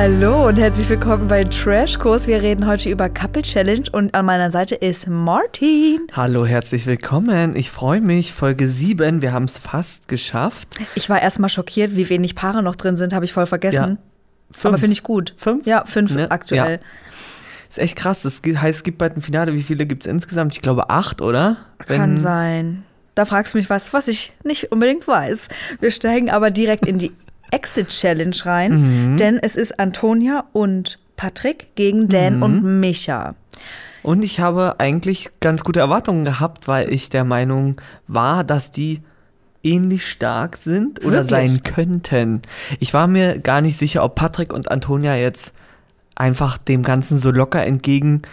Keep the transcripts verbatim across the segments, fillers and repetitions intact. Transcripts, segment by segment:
Hallo und herzlich willkommen bei Trashkurs. Wir reden heute über Couple Challenge und an meiner Seite ist Martin. Hallo, herzlich willkommen. Ich freue mich. Folge sieben, wir haben es fast geschafft. Ich war erstmal schockiert, wie wenig Paare noch drin sind, habe ich voll vergessen. Ja, fünf. Aber finde ich gut. Fünf? Ja, fünf ne? aktuell. Ja. Ist echt krass. Das heißt, es gibt bald ein Finale. Wie viele gibt es insgesamt? Ich glaube acht, oder? Kann Wenn sein. Da fragst du mich was, was ich nicht unbedingt weiß. Wir steigen aber direkt in die Exit-Challenge rein, mhm. denn es ist Antonia und Patrick gegen Dan mhm. und Micha. Und ich habe eigentlich ganz gute Erwartungen gehabt, weil ich der Meinung war, dass die ähnlich stark sind oder Wirklich? sein könnten. Ich war mir gar nicht sicher, ob Patrick und Antonia jetzt einfach dem Ganzen so locker entgegentreten,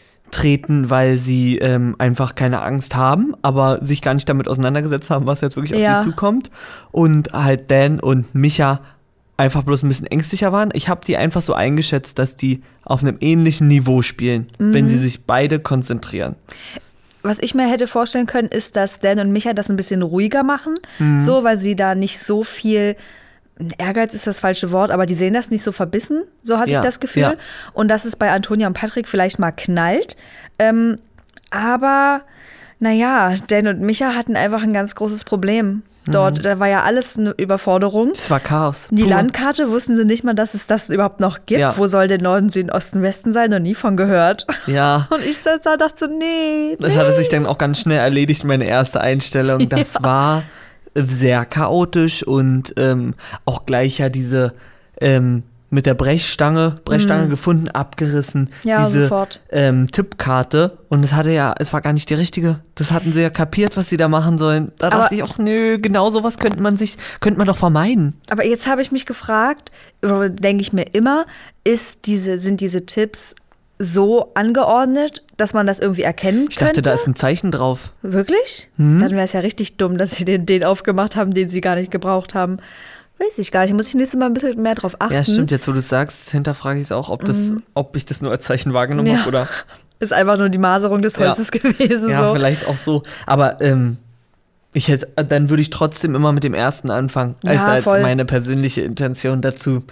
weil sie ähm, einfach keine Angst haben, aber sich gar nicht damit auseinandergesetzt haben, was jetzt wirklich ja. auf die zukommt. Und halt Dan und Micha einfach bloß ein bisschen ängstlicher waren. Ich habe die einfach so eingeschätzt, dass die auf einem ähnlichen Niveau spielen, mhm. wenn sie sich beide konzentrieren. Was ich mir hätte vorstellen können, ist, dass Dan und Micha das ein bisschen ruhiger machen, Mhm. so, weil sie da nicht so viel, Ehrgeiz ist das falsche Wort, aber die sehen das nicht so verbissen, so hatte Ja, ich das Gefühl. ja. Und dass es bei Antonia und Patrick vielleicht mal knallt. Ähm, aber, naja, Dan und Micha hatten einfach ein ganz großes Problem. Dort, Mhm. da war ja alles eine Überforderung. Es war Chaos. Die Pur. Landkarte wussten sie nicht mal, dass es das überhaupt noch gibt. Ja. Wo soll denn Norden, Süden, Osten, Westen sein? Noch nie von gehört. Ja. Und ich saß da dachte so, nee, Das nee. hatte sich dann auch ganz schnell erledigt, meine erste Einstellung. Das Ja. war sehr chaotisch und ähm, auch gleich ja diese ähm, mit der Brechstange, Brechstange Mhm. gefunden, abgerissen, Ja, diese sofort. ähm, Tippkarte und es hatte ja, es war gar nicht die richtige. Das hatten sie ja kapiert, was sie da machen sollen. Da Aber- dachte ich auch, nö, genau sowas könnte man sich, könnte man doch vermeiden. Aber jetzt habe ich mich gefragt, oder denke ich mir immer, ist diese, sind diese Tipps so angeordnet, dass man das irgendwie erkennen Ich dachte, könnte? da ist ein Zeichen drauf. Wirklich? Mhm. Dann wäre es ja richtig dumm, dass sie den, den aufgemacht haben, den sie gar nicht gebraucht haben. Weiß ich gar nicht. Muss ich nächstes Mal ein bisschen mehr drauf achten. Ja, stimmt, jetzt wo du es sagst, hinterfrage ich es auch, ob, das, Mhm. ob ich das nur als Zeichen wahrgenommen Ja. habe oder... Ist einfach nur die Maserung des Ja. Holzes gewesen. Ja, so. vielleicht auch so. Aber ähm, ich hätte, dann würde ich trotzdem immer mit dem ersten anfangen. Ja, als als voll. meine persönliche Intention dazu.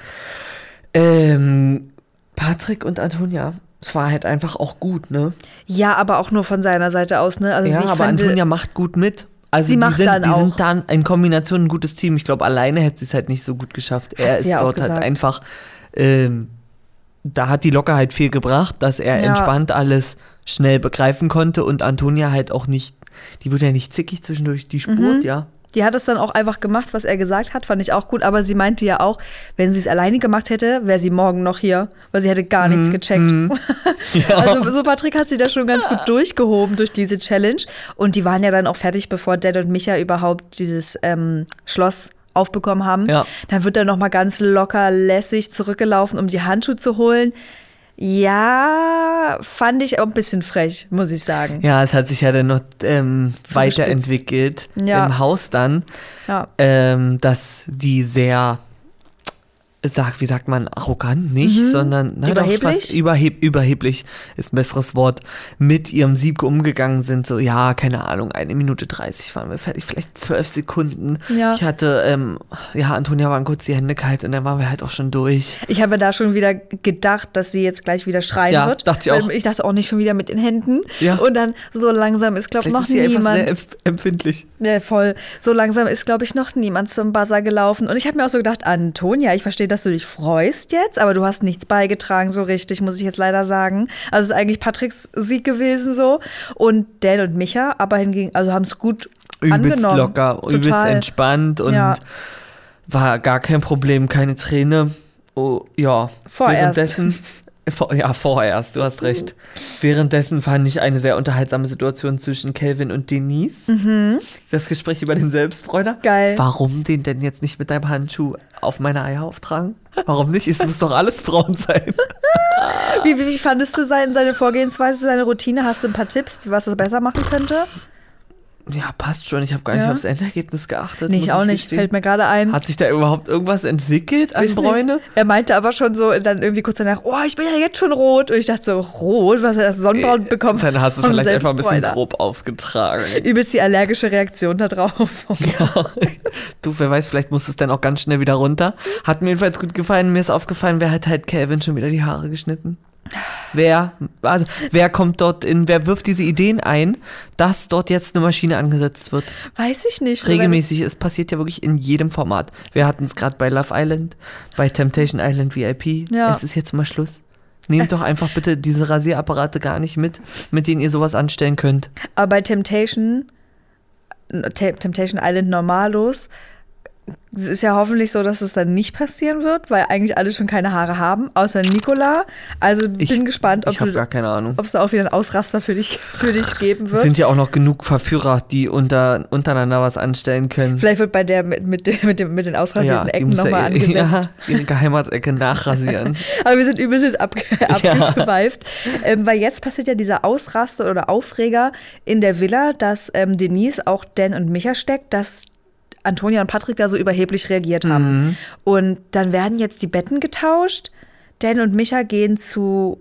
Ähm, Patrick und Antonia, es war halt einfach auch gut, ne? Ja, aber auch nur von seiner Seite aus, ne? Also ja, ich aber finde, Antonia macht gut mit. Also Sie die, macht sind, dann die auch. sind dann in Kombination ein gutes Team. Ich glaube, alleine hätte sie es halt nicht so gut geschafft. Er sie ist ja auch dort halt gesagt. einfach, ähm, da hat die Lockerheit viel gebracht, dass er Ja. entspannt alles schnell begreifen konnte und Antonia halt auch nicht, die wurde ja nicht zickig zwischendurch, die spurt, Mhm. ja. die hat es dann auch einfach gemacht, was er gesagt hat, fand ich auch gut. Aber sie meinte ja auch, wenn sie es alleine gemacht hätte, wäre sie morgen noch hier, weil sie hätte gar nichts Mhm, gecheckt. mhm. Ja. Also so Patrick hat sie da schon ganz gut durchgehoben durch diese Challenge. Und die waren ja dann auch fertig, bevor Dan und Micha überhaupt dieses ähm, Schloss aufbekommen haben. Ja. Dann wird er noch mal ganz locker lässig zurückgelaufen, um die Handschuhe zu holen. Ja, fand ich auch ein bisschen frech, muss ich sagen. Ja, es hat sich ja dann noch ähm, Zugespitzt. weiterentwickelt Ja. im Haus dann, Ja. ähm, dass die sehr, sag, wie sagt man, arrogant nicht, Mhm. sondern na, doch Überheblich? fast überheb, überheblich ist ein besseres Wort, mit ihrem Sieg umgegangen sind. So, ja, keine Ahnung, eine Minute dreißig waren wir fertig, vielleicht zwölf Sekunden. Ja. Ich hatte, ähm, ja, Antonia waren kurz die Hände kalt und dann waren wir halt auch schon durch. Ich habe da schon wieder gedacht, dass sie jetzt gleich wieder schreien Ja, wird. dachte ich auch. Weil Ich dachte auch nicht schon wieder mit den Händen. Ja. Und dann so langsam ist, glaube ich, Vielleicht noch ist sie einfach sehr niemand. empf- empfindlich. Ja, voll. So langsam ist, glaube ich, noch niemand zum Buzzer gelaufen. Und ich habe mir auch so gedacht, Antonia, ich verstehe, dass du dich freust jetzt, aber du hast nichts beigetragen so richtig, muss ich jetzt leider sagen. Also es ist eigentlich Patricks Sieg gewesen so. Und Dan und Micha aber hingegen, also haben es gut Übelst angenommen. locker, übelst Total. entspannt und Ja. war gar kein Problem, keine Träne. Oh, ja. Vorerst. Währenddessen, vor, ja, vorerst, du hast recht. Währenddessen fand ich eine sehr unterhaltsame Situation zwischen Kelvin und Denise. Mhm. Das Gespräch über den Selbstbräuner. Geil. Warum den denn jetzt nicht mit deinem Handschuh auf meine Eier auftragen? Warum nicht? Es muss doch alles braun sein. Wie, wie, wie fandest du sein, seine Vorgehensweise, seine Routine? Hast du ein paar Tipps, was er besser machen könnte? Ja, passt schon. Ich habe gar nicht Ja. aufs Endergebnis geachtet. Nee, muss ich auch nicht. gestehen. Fällt mir gerade ein. Hat sich da überhaupt irgendwas entwickelt an Weiß nicht. Bräune? Er meinte aber schon so dann irgendwie kurz danach, oh, ich bin ja jetzt schon rot. Und ich dachte so, rot? Was hat er Sonnenbraun bekommen? Dann hast du es vom vielleicht einfach ein bisschen Selbstbräuner. grob aufgetragen. Übelst die allergische Reaktion da drauf. Ja. Du, wer weiß, vielleicht muss es dann auch ganz schnell wieder runter. Hat mir jedenfalls gut gefallen. Mir ist aufgefallen, wer hat halt Calvin schon wieder die Haare geschnitten? Wer, also, wer kommt dort in, wer wirft diese Ideen ein, dass dort jetzt eine Maschine angesetzt wird? Weiß ich nicht. Regelmäßig, es passiert ja wirklich in jedem Format. Wir hatten es gerade bei Love Island, bei Temptation Island V I P. Ja. Es ist jetzt mal Schluss. Nehmt doch einfach bitte diese Rasierapparate gar nicht mit, mit denen ihr sowas anstellen könnt. Aber bei Temptation, Temptation Island Normalos, es ist ja hoffentlich so, dass es dann nicht passieren wird, weil eigentlich alle schon keine Haare haben, außer Nicola. Also bin Ich- gespannt, ob Ich habe du, gar keine Ahnung. ob es da auch wieder einen Ausraster für dich, für dich geben Es wird. sind ja auch noch genug Verführer, die unter, untereinander was anstellen können. Vielleicht wird bei der mit, mit, dem- mit, dem, mit den ausrasierten die Ecken muss nochmal ja, angesetzt. ja, ihre Geheimratsecke nachrasieren. Aber wir sind übelst jetzt ab, Ja. abgeschweift. Ähm, weil jetzt passiert ja dieser Ausraster oder Aufreger in der Villa, dass ähm, Denise auch Dan und Micha steckt, dass Antonia und Patrick da so überheblich reagiert haben. Mhm. Und dann werden jetzt die Betten getauscht. Dan und Micha gehen zu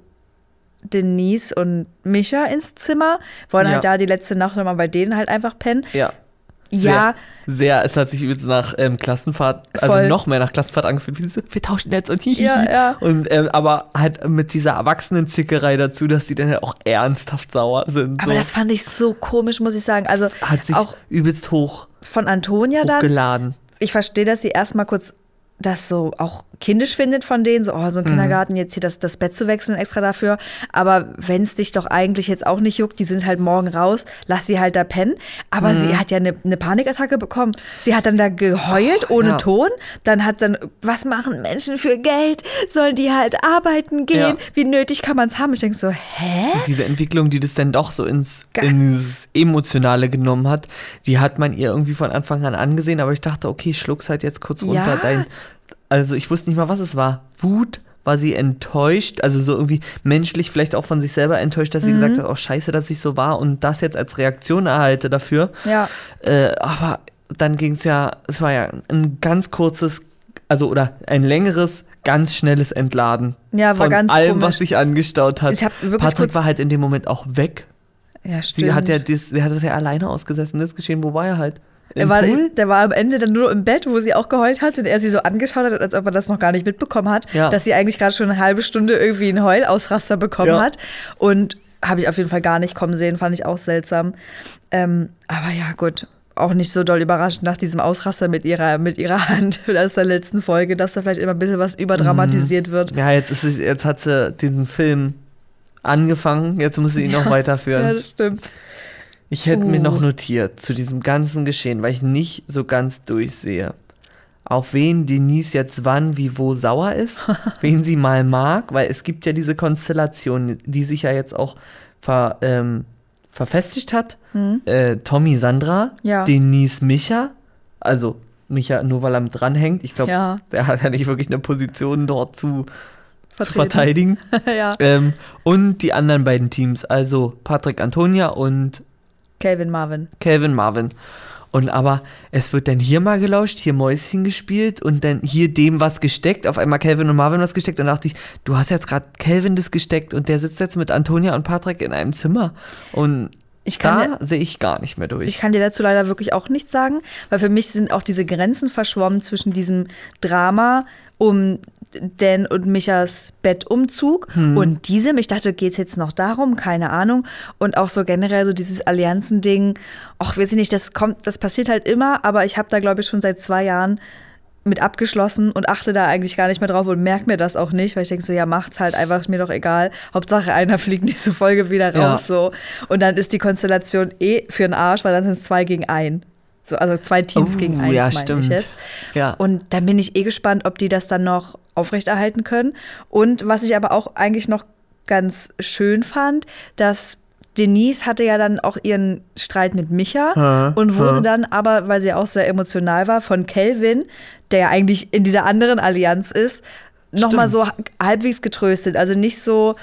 Denise und Micha ins Zimmer, wollen Ja. halt da die letzte Nacht nochmal bei denen halt einfach pennen. Ja. Ja, Sehr, es hat sich übrigens nach ähm, Klassenfahrt, also Voll. noch mehr nach Klassenfahrt angefühlt. Wie so, wir tauschen jetzt und hihihi. Ja, ja. Und, ähm, aber halt mit dieser Erwachsenenzickerei dazu, dass die dann halt auch ernsthaft sauer sind. aber so. das fand ich so komisch, muss ich sagen. Also hat sich auch übelst hoch, von Antonia dann. hochgeladen. Ich verstehe, dass sie erstmal kurz das so auch kindisch findet von denen, so, oh, so ein Kindergarten, jetzt hier das, das Bett zu wechseln extra dafür. Aber wenn es dich doch eigentlich jetzt auch nicht juckt, die sind halt morgen raus, lass sie halt da pennen. Aber sie hat ja eine ne Panikattacke bekommen. Sie hat dann da geheult, ohne ja. Ton. Dann hat dann, was machen Menschen für Geld? Sollen die halt arbeiten gehen? Ja. Wie nötig kann man es haben? Ich denke so, hä? Diese Entwicklung, die das dann doch so ins, Geil. ins Emotionale genommen hat, die hat man ihr irgendwie von Anfang an angesehen, aber ich dachte, okay, schluck's halt jetzt kurz runter. Ja. Dein, also ich wusste nicht mal, was es war. Wut, war sie enttäuscht, also so irgendwie menschlich vielleicht auch von sich selber enttäuscht, dass sie gesagt hat, oh scheiße, dass ich so war und das jetzt als Reaktion erhalte dafür. Ja. Äh, aber dann ging es ja, es war ja ein ganz kurzes, also oder ein längeres, ganz schnelles Entladen Ja, war von ganz allem, komisch. was sich angestaut hat. Ich hab wirklich Patrick kurz- war halt in dem Moment auch weg. Ja, stimmt. Sie hat ja das, der hat das ja alleine ausgesessen, das Geschehen, wo war er halt? Er Im war, Pool? der war am Ende dann nur im Bett, wo sie auch geheult hat und er sie so angeschaut hat, als ob er das noch gar nicht mitbekommen hat, Ja. dass sie eigentlich gerade schon eine halbe Stunde irgendwie einen Heulausraster bekommen Ja. hat. Und habe ich auf jeden Fall gar nicht kommen sehen, fand ich auch seltsam. Ähm, aber ja, gut. Auch nicht so doll überraschend nach diesem Ausraster mit ihrer, mit ihrer Hand aus der letzten Folge, dass da vielleicht immer ein bisschen was überdramatisiert wird. Ja, jetzt, ist es, jetzt hat sie diesen Film angefangen, jetzt muss sie ihn noch weiterführen. Ja, das stimmt. Ich hätte mir Uh. noch notiert zu diesem ganzen Geschehen, weil ich nicht so ganz durchsehe, auf wen Denise jetzt wann, wie, wo sauer ist, wen sie mal mag, weil es gibt ja diese Konstellation, die sich ja jetzt auch ver, ähm, verfestigt hat. Äh, Tommy Sandra, Ja. Denise Micha, also Micha nur weil er mit dranhängt. Ich glaube, Ja. der hat ja nicht wirklich eine Position dort zu, zu Vertreten. verteidigen. Ja. ähm, und die anderen beiden Teams, also Patrick Antonia und Calvin Marvin. Calvin Marvin. Und aber es wird dann hier mal gelauscht, hier Mäuschen gespielt und dann hier dem was gesteckt, auf einmal Calvin und Marvin was gesteckt und dachte ich, du hast jetzt gerade Calvin das gesteckt und der sitzt jetzt mit Antonia und Patrick in einem Zimmer und Ich kann da sehe ich gar nicht mehr durch. Ich kann dir dazu leider wirklich auch nichts sagen, weil für mich sind auch diese Grenzen verschwommen zwischen diesem Drama um Dan und Michas Bettumzug und diesem. Ich dachte, geht's jetzt noch darum? Keine Ahnung. Und auch so generell so dieses Allianzending. Ach, weiß ich nicht, das kommt, das passiert halt immer, aber ich habe da, glaube ich, schon seit zwei Jahren mit abgeschlossen und achte da eigentlich gar nicht mehr drauf und merke mir das auch nicht, weil ich denke so, ja, macht's halt einfach, ist mir doch egal. Hauptsache einer fliegt nächste Folge wieder Ja. raus, so. Und dann ist die Konstellation eh für den Arsch, weil dann sind es zwei gegen ein. So, also zwei Teams Oh, gegen eins, ja, meine stimmt. ich jetzt. Ja. Und dann bin ich eh gespannt, ob die das dann noch aufrechterhalten können. Und was ich aber auch eigentlich noch ganz schön fand, dass Denise hatte ja dann auch ihren Streit mit Micha Ha, und wurde ha. dann aber, weil sie auch sehr emotional war, von Calvin, der ja eigentlich in dieser anderen Allianz ist, nochmal so halbwegs getröstet. Also nicht so,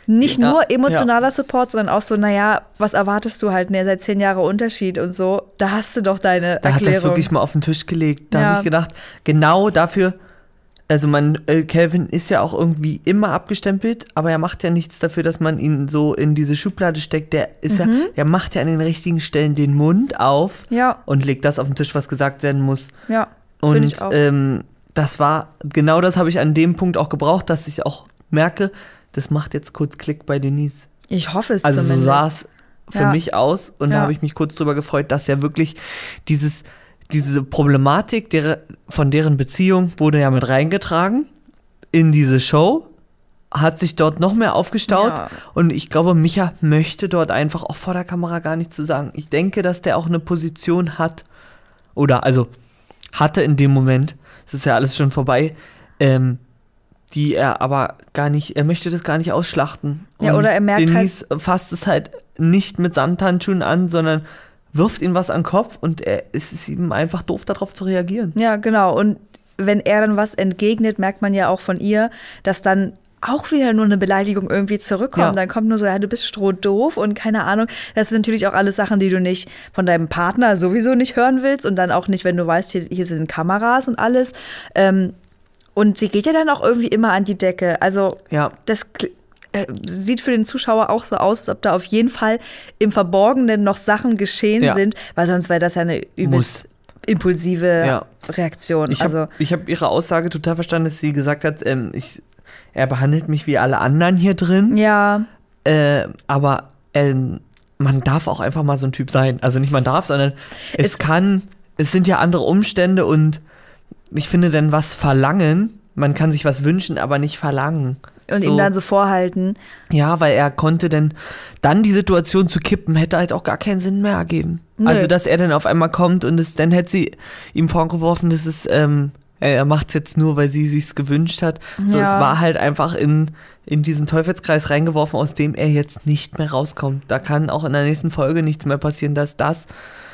nicht Ja, nur emotionaler ja. Support, sondern auch so, naja, was erwartest du halt? Ne, seit zehn Jahre Unterschied und so. Da hast du doch deine da Erklärung. Da hat das wirklich mal auf den Tisch gelegt. Da ja. habe ich gedacht, genau dafür, also man, äh, Calvin ist ja auch irgendwie immer abgestempelt, aber er macht ja nichts dafür, dass man ihn so in diese Schublade steckt. Der ist mhm. ja, der macht ja an den richtigen Stellen den Mund auf ja. und legt das auf den Tisch, was gesagt werden muss. Ja, und ich auch. Ähm, das war, genau das habe ich an dem Punkt auch gebraucht, dass ich auch merke, das macht jetzt kurz Klick bei Denise. Ich hoffe es also zumindest. Also so sah es für ja. mich aus und ja. da habe ich mich kurz drüber gefreut, dass ja wirklich dieses, diese Problematik der, von deren Beziehung wurde ja mit reingetragen in diese Show, hat sich dort noch mehr aufgestaut ja. und ich glaube, Micha möchte dort einfach auch vor der Kamera gar nichts zu sagen. Ich denke, dass der auch eine Position hat oder also hatte in dem Moment, es ist ja alles schon vorbei, ähm, die er aber gar nicht, er möchte das gar nicht ausschlachten. Ja, und oder er merkt Denise halt, fasst es halt nicht mit Samthandschuhen an, sondern wirft ihm was an den Kopf und er, es ist ihm einfach doof, darauf zu reagieren. Ja, genau. Und wenn er dann was entgegnet, merkt man ja auch von ihr, dass dann auch wieder nur eine Beleidigung irgendwie zurückkommt. Ja. Dann kommt nur so, ja, du bist strohdoof und keine Ahnung. Das sind natürlich auch alles Sachen, die du nicht von deinem Partner sowieso nicht hören willst und dann auch nicht, wenn du weißt, hier, hier sind Kameras und alles. Ähm, und sie geht ja dann auch irgendwie immer an die Decke. Also ja. das äh, sieht für den Zuschauer auch so aus, als ob da auf jeden Fall im Verborgenen noch Sachen geschehen ja. sind, weil sonst wäre das ja eine übelst Muss. impulsive ja. Reaktion. Ich also habe hab ihre Aussage total verstanden, dass sie gesagt hat, ähm, ich er behandelt mich wie alle anderen hier drin. Ja. Äh, aber äh, man darf auch einfach mal so ein Typ sein. Also nicht man darf, sondern es, es kann, es sind ja andere Umstände und ich finde dann was verlangen, man kann sich was wünschen, aber nicht verlangen. Und so. ihm dann so vorhalten. Ja, weil er konnte denn, dann die Situation zu kippen, hätte halt auch gar keinen Sinn mehr ergeben. Nö. Also, dass er dann auf einmal kommt und es, dann hätte sie ihm vorgeworfen, das ist, ähm, er macht es jetzt nur, weil sie sich's gewünscht hat. So, ja. Es war halt einfach in, in diesen Teufelskreis reingeworfen, aus dem er jetzt nicht mehr rauskommt. Da kann auch in der nächsten Folge nichts mehr passieren, dass das,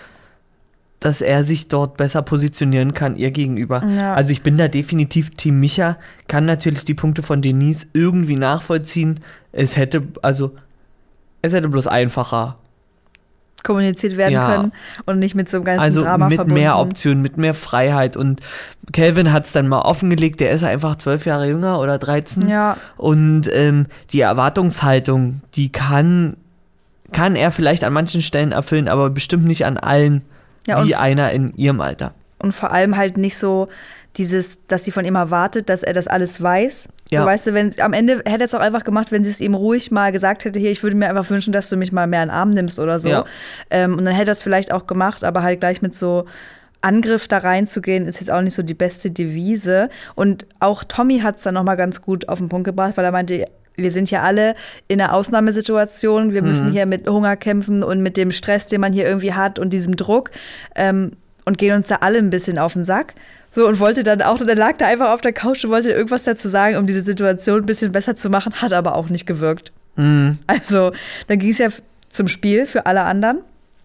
dass er sich dort besser positionieren kann ihr gegenüber. Ja. Also ich bin da definitiv Team Micha, kann natürlich die Punkte von Denise irgendwie nachvollziehen. Es hätte, also, es hätte bloß einfacher kommuniziert werden ja. können und nicht mit so einem ganzen also Drama mit verbunden. mehr Optionen, mit mehr Freiheit und Calvin hat es dann mal offengelegt, der ist einfach zwölf Jahre jünger oder dreizehn ja. und ähm, die Erwartungshaltung, die kann, kann er vielleicht an manchen Stellen erfüllen, aber bestimmt nicht an allen, ja, wie einer in ihrem Alter. Und vor allem halt nicht so dieses, dass sie von ihm erwartet, dass er das alles weiß. Ja. So, weißt du, wenn, am Ende hätte er es auch einfach gemacht, wenn sie es ihm ruhig mal gesagt hätte, hier, ich würde mir einfach wünschen, dass du mich mal mehr in den Arm nimmst oder so. Ja. Ähm, und dann hätte er es vielleicht auch gemacht, aber halt gleich mit so Angriff da reinzugehen, ist jetzt auch nicht so die beste Devise. Und auch Tommy hat es dann nochmal ganz gut auf den Punkt gebracht, weil er meinte, wir sind ja alle in einer Ausnahmesituation, wir müssen mhm. hier mit Hunger kämpfen und mit dem Stress, den man hier irgendwie hat und diesem Druck ähm, und gehen uns da alle ein bisschen auf den Sack. So, und wollte dann auch, dann lag da einfach auf der Couch und wollte irgendwas dazu sagen, um diese Situation ein bisschen besser zu machen, hat aber auch nicht gewirkt. Mhm. Also, dann ging es ja zum Spiel für alle anderen.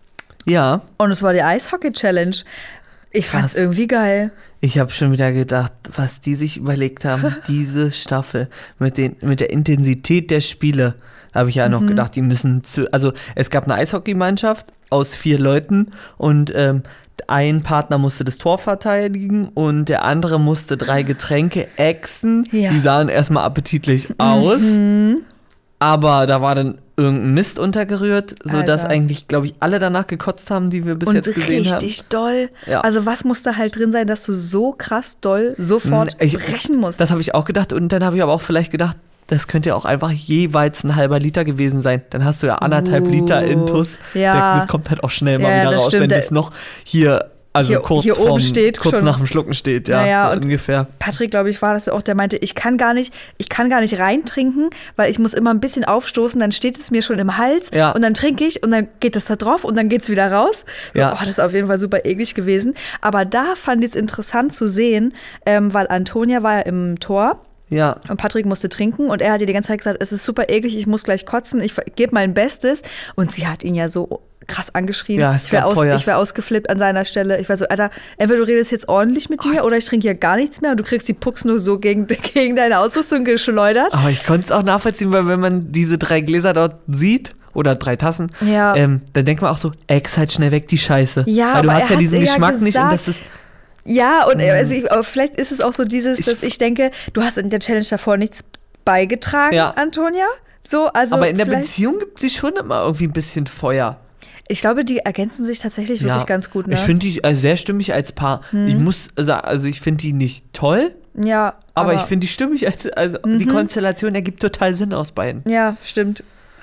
Ja. Und es war die Eishockey-Challenge. Ich fand's Krass. irgendwie geil. Ich habe schon wieder gedacht, was die sich überlegt haben, diese Staffel mit, den, mit der Intensität der Spiele, habe ich ja mhm. noch gedacht, die müssen zu, also es gab eine Eishockeymannschaft aus vier Leuten und ähm, ein Partner musste das Tor verteidigen und der andere musste drei Getränke ächzen. Ja. Die sahen erstmal appetitlich aus, mhm. aber da war dann irgendein Mist untergerührt, sodass Alter. eigentlich, glaube ich, alle danach gekotzt haben, die wir bis und jetzt gesehen haben. Und richtig doll. Ja. Also was muss da halt drin sein, dass du so krass doll sofort ich, brechen musst? Das habe ich auch gedacht und dann habe ich aber auch vielleicht gedacht, das könnte ja auch einfach jeweils ein halber Liter gewesen sein. Dann hast du ja anderthalb uh, Liter Intus. Ja. Das kommt halt auch schnell mal ja, wieder raus, stimmt. wenn das noch hier, also hier, kurz, hier vorm, oben steht kurz schon, nach dem Schlucken steht. Ja, naja, so ungefähr. Patrick, glaube ich, war das auch, der meinte, ich kann gar nicht, ich kann gar nicht reintrinken, weil ich muss immer ein bisschen aufstoßen, dann steht es mir schon im Hals ja. und dann trinke ich und dann geht es da drauf und dann geht es wieder raus. So, ja. oh, das ist auf jeden Fall super eklig gewesen. Aber da fand ich es interessant zu sehen, ähm, weil Antonia war ja im Tor. Ja. Und Patrick musste trinken und er hat ihr die ganze Zeit gesagt, es ist super eklig, ich muss gleich kotzen, ich gebe mein Bestes. Und sie hat ihn ja so krass angeschrien. Ja, es ich wäre gab aus, Feuer. ich wär ausgeflippt an seiner Stelle. Ich war so, Alter, entweder du redest jetzt ordentlich mit mir oder ich trinke hier gar nichts mehr und du kriegst die Pucks nur so gegen, gegen deine Ausrüstung geschleudert. Aber ich konnte es auch nachvollziehen, weil wenn man diese drei Gläser dort sieht, oder drei Tassen, Ja. ähm, dann denkt man auch so, Ex, halt schnell weg die Scheiße. Ja, weil du aber hast er ja diesen hat's ja Geschmack nicht und gesagt. das ist. Ja, und also ich, aber vielleicht ist es auch so dieses, dass ich denke, du hast in der Challenge davor nichts beigetragen, Ja. Antonia. So, also Aber in der vielleicht- Beziehung gibt sie schon immer irgendwie ein bisschen Feuer. Ich glaube, die ergänzen sich tatsächlich wirklich ganz gut, ne? Ich finde die äh, sehr stimmig als Paar. Ich muss sagen, also ich finde die nicht toll, ja, aber, ich finde die stimmig als, also die Konstellation ergibt total Sinn aus beiden. Ja, stimmt.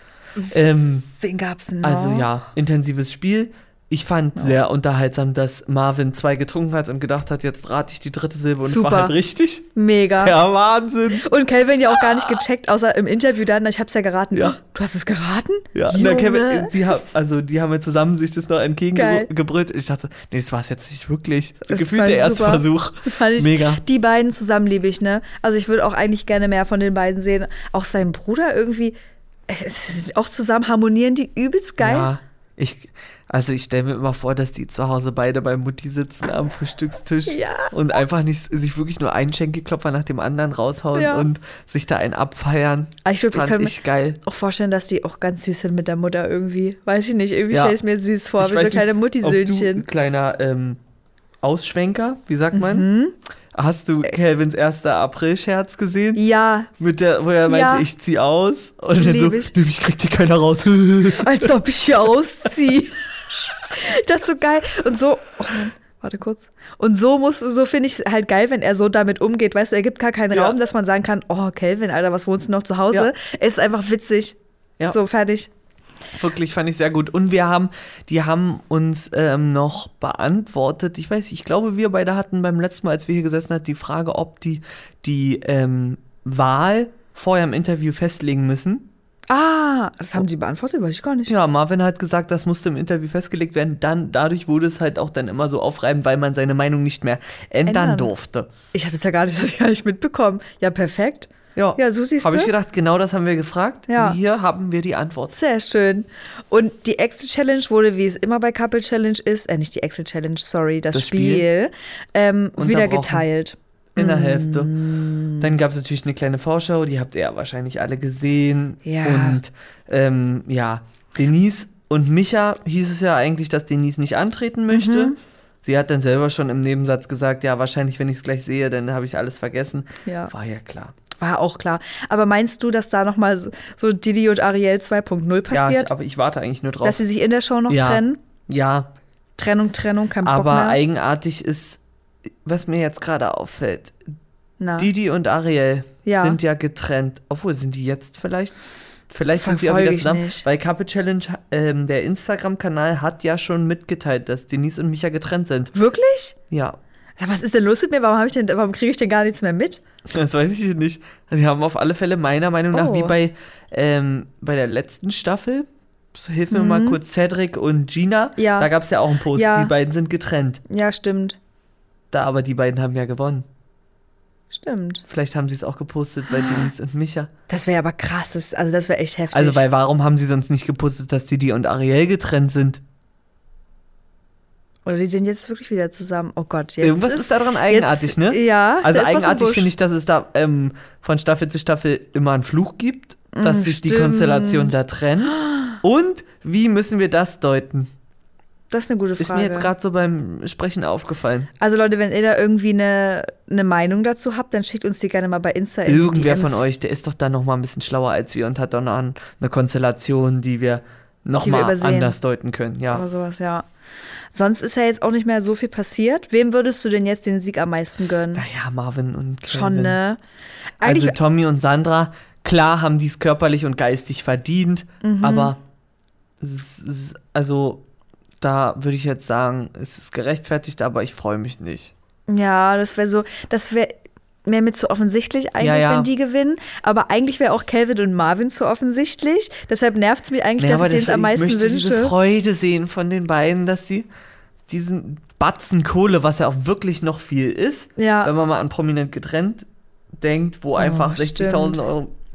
Ähm, Wen gab's denn noch? also ja, intensives Spiel. Ich fand sehr unterhaltsam, dass Marvin zwei getrunken hat und gedacht hat, jetzt rate ich die dritte Silbe und es Super. war halt richtig. Mega. Der Wahnsinn. Und Kelvin ja auch gar nicht gecheckt, außer im Interview dann, ich hab's ja geraten. Ja. Du hast es geraten? Ja, Junge. na, Kevin, die, ha- also die haben ja zusammen sich das noch Geil. entgegengebrüllt. Ich dachte, nee, das war es jetzt nicht wirklich. Das Gefühlt fand der ich erste super. Versuch. Fand ich, Mega. Die beiden zusammen liebe ich, ne? Also ich würde auch eigentlich gerne mehr von den beiden sehen. Auch sein Bruder irgendwie, es- auch zusammen harmonieren die übelst geil. Ja, ich, also ich stelle mir immer vor, dass die zu Hause beide bei Mutti sitzen am Frühstückstisch Ja. und einfach nicht sich wirklich nur einen Schenkelklopfer nach dem anderen raushauen Ja. und sich da einen abfeiern. Aber ich glaube, ich Fand kann mir ich geil. auch vorstellen, dass die auch ganz süß sind mit der Mutter irgendwie. Weiß ich nicht, irgendwie Ja. stelle ich es mir süß vor, Ich wie weiß so kleine nicht, ob du, Muttisöhnchen. kleiner ähm, Ausschwenker, wie sagt man? Mhm. Hast du Calvins erster April-Scherz gesehen? Ja, Mit der, wo er meinte, Ja. ich zieh aus. Und dann Lieb so, ich. nee, mich kriegt hier keiner raus. als ob ich hier ausziehe. Das ist so geil. Und so, oh Mann, warte kurz. Und so muss, so finde ich halt geil, wenn er so damit umgeht. Weißt du, er gibt gar keinen Ja. Raum, dass man sagen kann, oh, Kelvin, Alter, was wohnst du noch zu Hause? Ja. Es ist einfach witzig. Ja. So, fertig. Wirklich fand ich sehr gut. Und wir haben, die haben uns ähm, noch beantwortet. Ich weiß, ich glaube, wir beide hatten beim letzten Mal, als wir hier gesessen haben, die Frage, ob die die ähm, Wahl vorher im Interview festlegen müssen. Ah, das haben sie beantwortet? Weiß ich gar nicht. Ja, Marvin hat gesagt, das musste im Interview festgelegt werden. Dann, dadurch wurde es halt auch dann immer so aufreibend, weil man seine Meinung nicht mehr ändern, Ändern. durfte. Ich habe das ja gar nicht, das hab ich gar nicht mitbekommen. Ja, perfekt. Ja, Ja, so siehst habe du. ich gedacht, genau das haben wir gefragt. Ja. Hier haben wir die Antwort. Sehr schön. Und die Excel-Challenge wurde, wie es immer bei Couple-Challenge ist, äh, nicht die Excel-Challenge, sorry, das, Das Spiel, Spiel. ähm, wieder Unterbrochen. geteilt. In der Hälfte. Mm. Dann gab es natürlich eine kleine Vorschau, die habt ihr ja wahrscheinlich alle gesehen. Ja. Und ähm, ja, Denise und Micha hieß es ja eigentlich, dass Denise nicht antreten möchte. Mhm. Sie hat dann selber schon im Nebensatz gesagt, ja, wahrscheinlich, wenn ich es gleich sehe, dann habe ich alles vergessen. Ja. War ja klar. War auch klar. Aber meinst du, dass da nochmal so, so Didi und Ariel zwei Punkt null Ja, passiert? ich, aber ich warte eigentlich nur drauf. dass sie sich in der Show noch Ja. trennen? Ja, Trennung, Trennung, kein Bock aber mehr. eigenartig ist, was mir jetzt gerade auffällt, Na. Didi und Ariel Ja. sind ja getrennt. Obwohl, sind die jetzt vielleicht? Vielleicht sind sie auch Verfolge wieder ich zusammen. nicht. Weil Couple Challenge, ähm, der Instagram-Kanal, hat ja schon mitgeteilt, dass Denise und Micha getrennt sind. Wirklich? Ja, Ja, was ist denn los mit mir? Warum, hab ich denn, warum kriege ich denn gar nichts mehr mit? das weiß ich nicht. Sie haben auf alle Fälle meiner Meinung nach, Oh. wie bei, ähm, bei der letzten Staffel, so, hilf mir mal kurz, Cedric und Gina, Mhm. Ja. da gab es ja auch einen Post, Ja. die beiden sind getrennt. Ja, stimmt. Da, aber die beiden haben ja gewonnen. Stimmt. Vielleicht haben sie es auch gepostet, weil Denise und Micha. Das wäre aber krass. Das, also das wäre echt heftig. Also, weil warum haben sie sonst nicht gepostet, dass Didi und Ariel getrennt sind? Oder die sind jetzt wirklich wieder zusammen. Oh Gott, jetzt Irgendwas ist, daran eigenartig, jetzt, ne? Ja. Also da ist was im eigenartig Busch. finde ich, dass es da ähm, von Staffel zu Staffel immer einen Fluch gibt, dass Mm, sich die stimmt. Konstellation da trennen. Und wie müssen wir das deuten? Das ist eine gute Ist Frage. mir jetzt gerade so beim Sprechen aufgefallen. Also Leute, wenn ihr da irgendwie eine, eine Meinung dazu habt, dann schickt uns die gerne mal bei Insta. in die Irgendwer D Ms. von euch, der ist doch da noch mal ein bisschen schlauer als wir und hat doch noch eine Konstellation, die wir noch Die wir mal übersehen. anders deuten können. Ja. Oder sowas, ja. Sonst ist ja jetzt auch nicht mehr so viel passiert. Wem würdest du denn jetzt den Sieg am meisten gönnen? Naja, Marvin und Kevin. Schon, ne? Also Eigentlich, Tommy und Sandra, klar haben die es körperlich und geistig verdient, Mhm. aber es ist, also da würde ich jetzt sagen, es ist gerechtfertigt, aber ich freue mich nicht. ja, das wäre so, das wäre mir mit zu offensichtlich eigentlich, Ja, ja. wenn die gewinnen. Aber eigentlich wäre auch Calvin und Marvin zu offensichtlich. Deshalb nervt es mich eigentlich, Nee, dass ich denen es am meisten ich möchte diese wünsche. Freude sehen von den beiden, dass sie diesen Batzen Kohle, was ja auch wirklich noch viel ist, Ja. wenn man mal an Prominent getrennt denkt, wo einfach sechzigtausend stimmt. Euro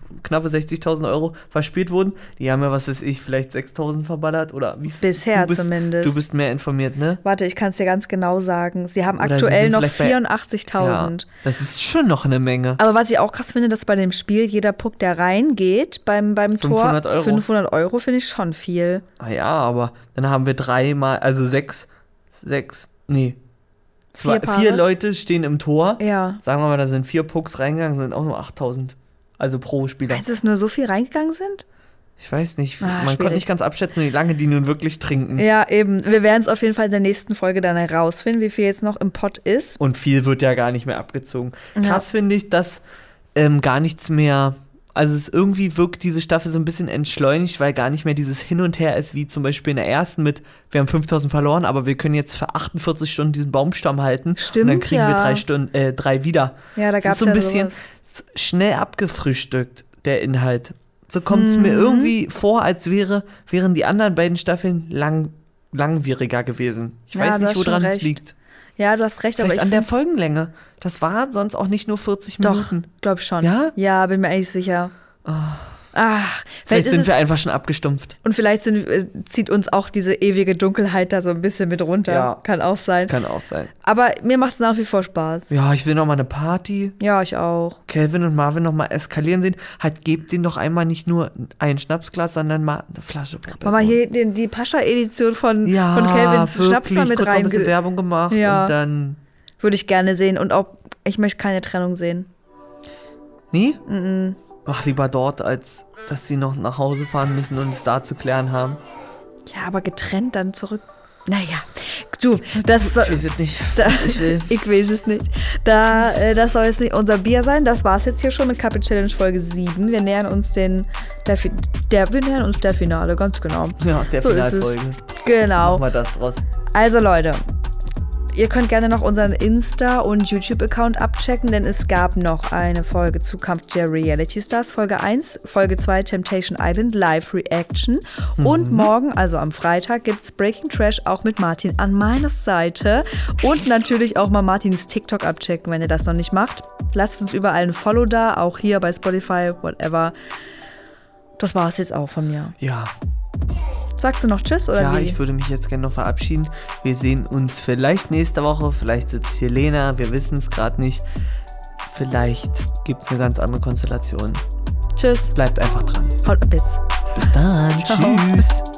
knappe sechzigtausend Euro verspielt wurden. Die haben ja, was weiß ich, vielleicht sechstausend verballert oder wie viel? Bisher du bist, zumindest. Du bist mehr informiert, ne? Warte, ich kann es dir ganz genau sagen. Sie haben Oder aktuell sie noch vielleicht bei- vierundachtzigtausend. Ja, das ist schon noch eine Menge. Aber was ich auch krass finde, dass bei dem Spiel jeder Puck, der reingeht beim, beim fünfhundert Tor, Euro. fünfhundert Euro finde ich schon viel. Ah ja, aber dann haben wir dreimal, also sechs, sechs, nee, zwei, Vier Paare? vier Leute stehen im Tor. Ja. Sagen wir mal, da sind vier Pucks reingegangen, sind auch nur achttausend. Also pro Spieler. Meinst du, dass nur so viel reingegangen sind? Ich weiß nicht, Ah, man schwierig. konnte nicht ganz abschätzen, wie lange die nun wirklich trinken. Ja, eben. Wir werden es auf jeden Fall in der nächsten Folge dann herausfinden, wie viel jetzt noch im Pott ist. Und viel wird ja gar nicht mehr abgezogen. Ja. Krass finde ich, dass ähm, gar nichts mehr, also es irgendwie wirkt diese Staffel so ein bisschen entschleunigt, weil gar nicht mehr dieses Hin und Her ist, wie zum Beispiel in der ersten mit, wir haben fünftausend verloren, aber wir können jetzt für achtundvierzig Stunden diesen Baumstamm halten. Stimmt, und dann kriegen ja. wir drei Stunden, äh, drei wieder. Ja, da Das gab ist es so ein ja bisschen sowas. schnell abgefrühstückt, der Inhalt. So kommt es Mhm. mir irgendwie vor, als wäre, wären die anderen beiden Staffeln lang, langwieriger gewesen. Ich Ja, weiß du nicht, hast schon woran es recht. liegt. Ja, du hast recht, aber Vielleicht ich an der find's- Folgenlänge. Das war sonst auch nicht nur vierzig Doch, Minuten. glaub schon. Ja? Ja, bin mir eigentlich sicher. Ach, Vielleicht vielleicht ist sind es, wir einfach schon abgestumpft. und vielleicht sind, äh, zieht uns auch diese ewige Dunkelheit da so ein bisschen mit runter. Ja. Kann auch sein. Das kann auch sein. Aber mir macht es nach wie vor Spaß. Ja, ich will noch mal eine Party. Ja, ich auch. Calvin und Marvin noch mal eskalieren sehen. Halt, gebt denen doch einmal nicht nur ein Schnapsglas, sondern mal eine Flasche pro Person. Mama, hier den, die Pascha-Edition von, ja, von Calvins wirklich, Schnaps mal mit kurz noch ein bisschen rein. Werbung gemacht Ja. und dann... Würde ich gerne sehen. Und auch, ich möchte keine Trennung sehen. Nee? Mm-mm. Ach, lieber dort, als dass sie noch nach Hause fahren müssen und es da zu klären haben. Ja, aber getrennt dann zurück. Naja, du, das soll, Ich weiß es nicht, da, was ich will. ich weiß es nicht. Da, äh, das soll jetzt nicht unser Bier sein. Das war's jetzt hier schon mit Couple Challenge Folge sieben. Wir nähern uns den, der, Fi- der, wir nähern uns der Finale, ganz genau. Ja, der So ist es. Finalfolge. Genau. Machen wir das draus. Also Leute, ihr könnt gerne noch unseren Insta- und YouTube-Account abchecken, denn es gab noch eine Folge zu Kampf der Reality Stars, Folge eins, Folge zwei Temptation Island Live Reaction. Mhm. Und morgen, also am Freitag, gibt's Breaking Trash auch mit Martin an meiner Seite. Und natürlich auch mal Martins TikTok abchecken, wenn ihr das noch nicht macht. Lasst uns überall ein Follow da, auch hier bei Spotify, whatever. Das war's jetzt auch von mir. Ja. Sagst du noch Tschüss oder Ja, wie? ich würde mich jetzt gerne noch verabschieden. Wir sehen uns vielleicht nächste Woche. Vielleicht sitzt hier Lena. Wir wissen es gerade nicht. Vielleicht gibt es eine ganz andere Konstellation. Tschüss. Bleibt einfach dran. Haut bis. Bis dann. Ciao. Tschüss.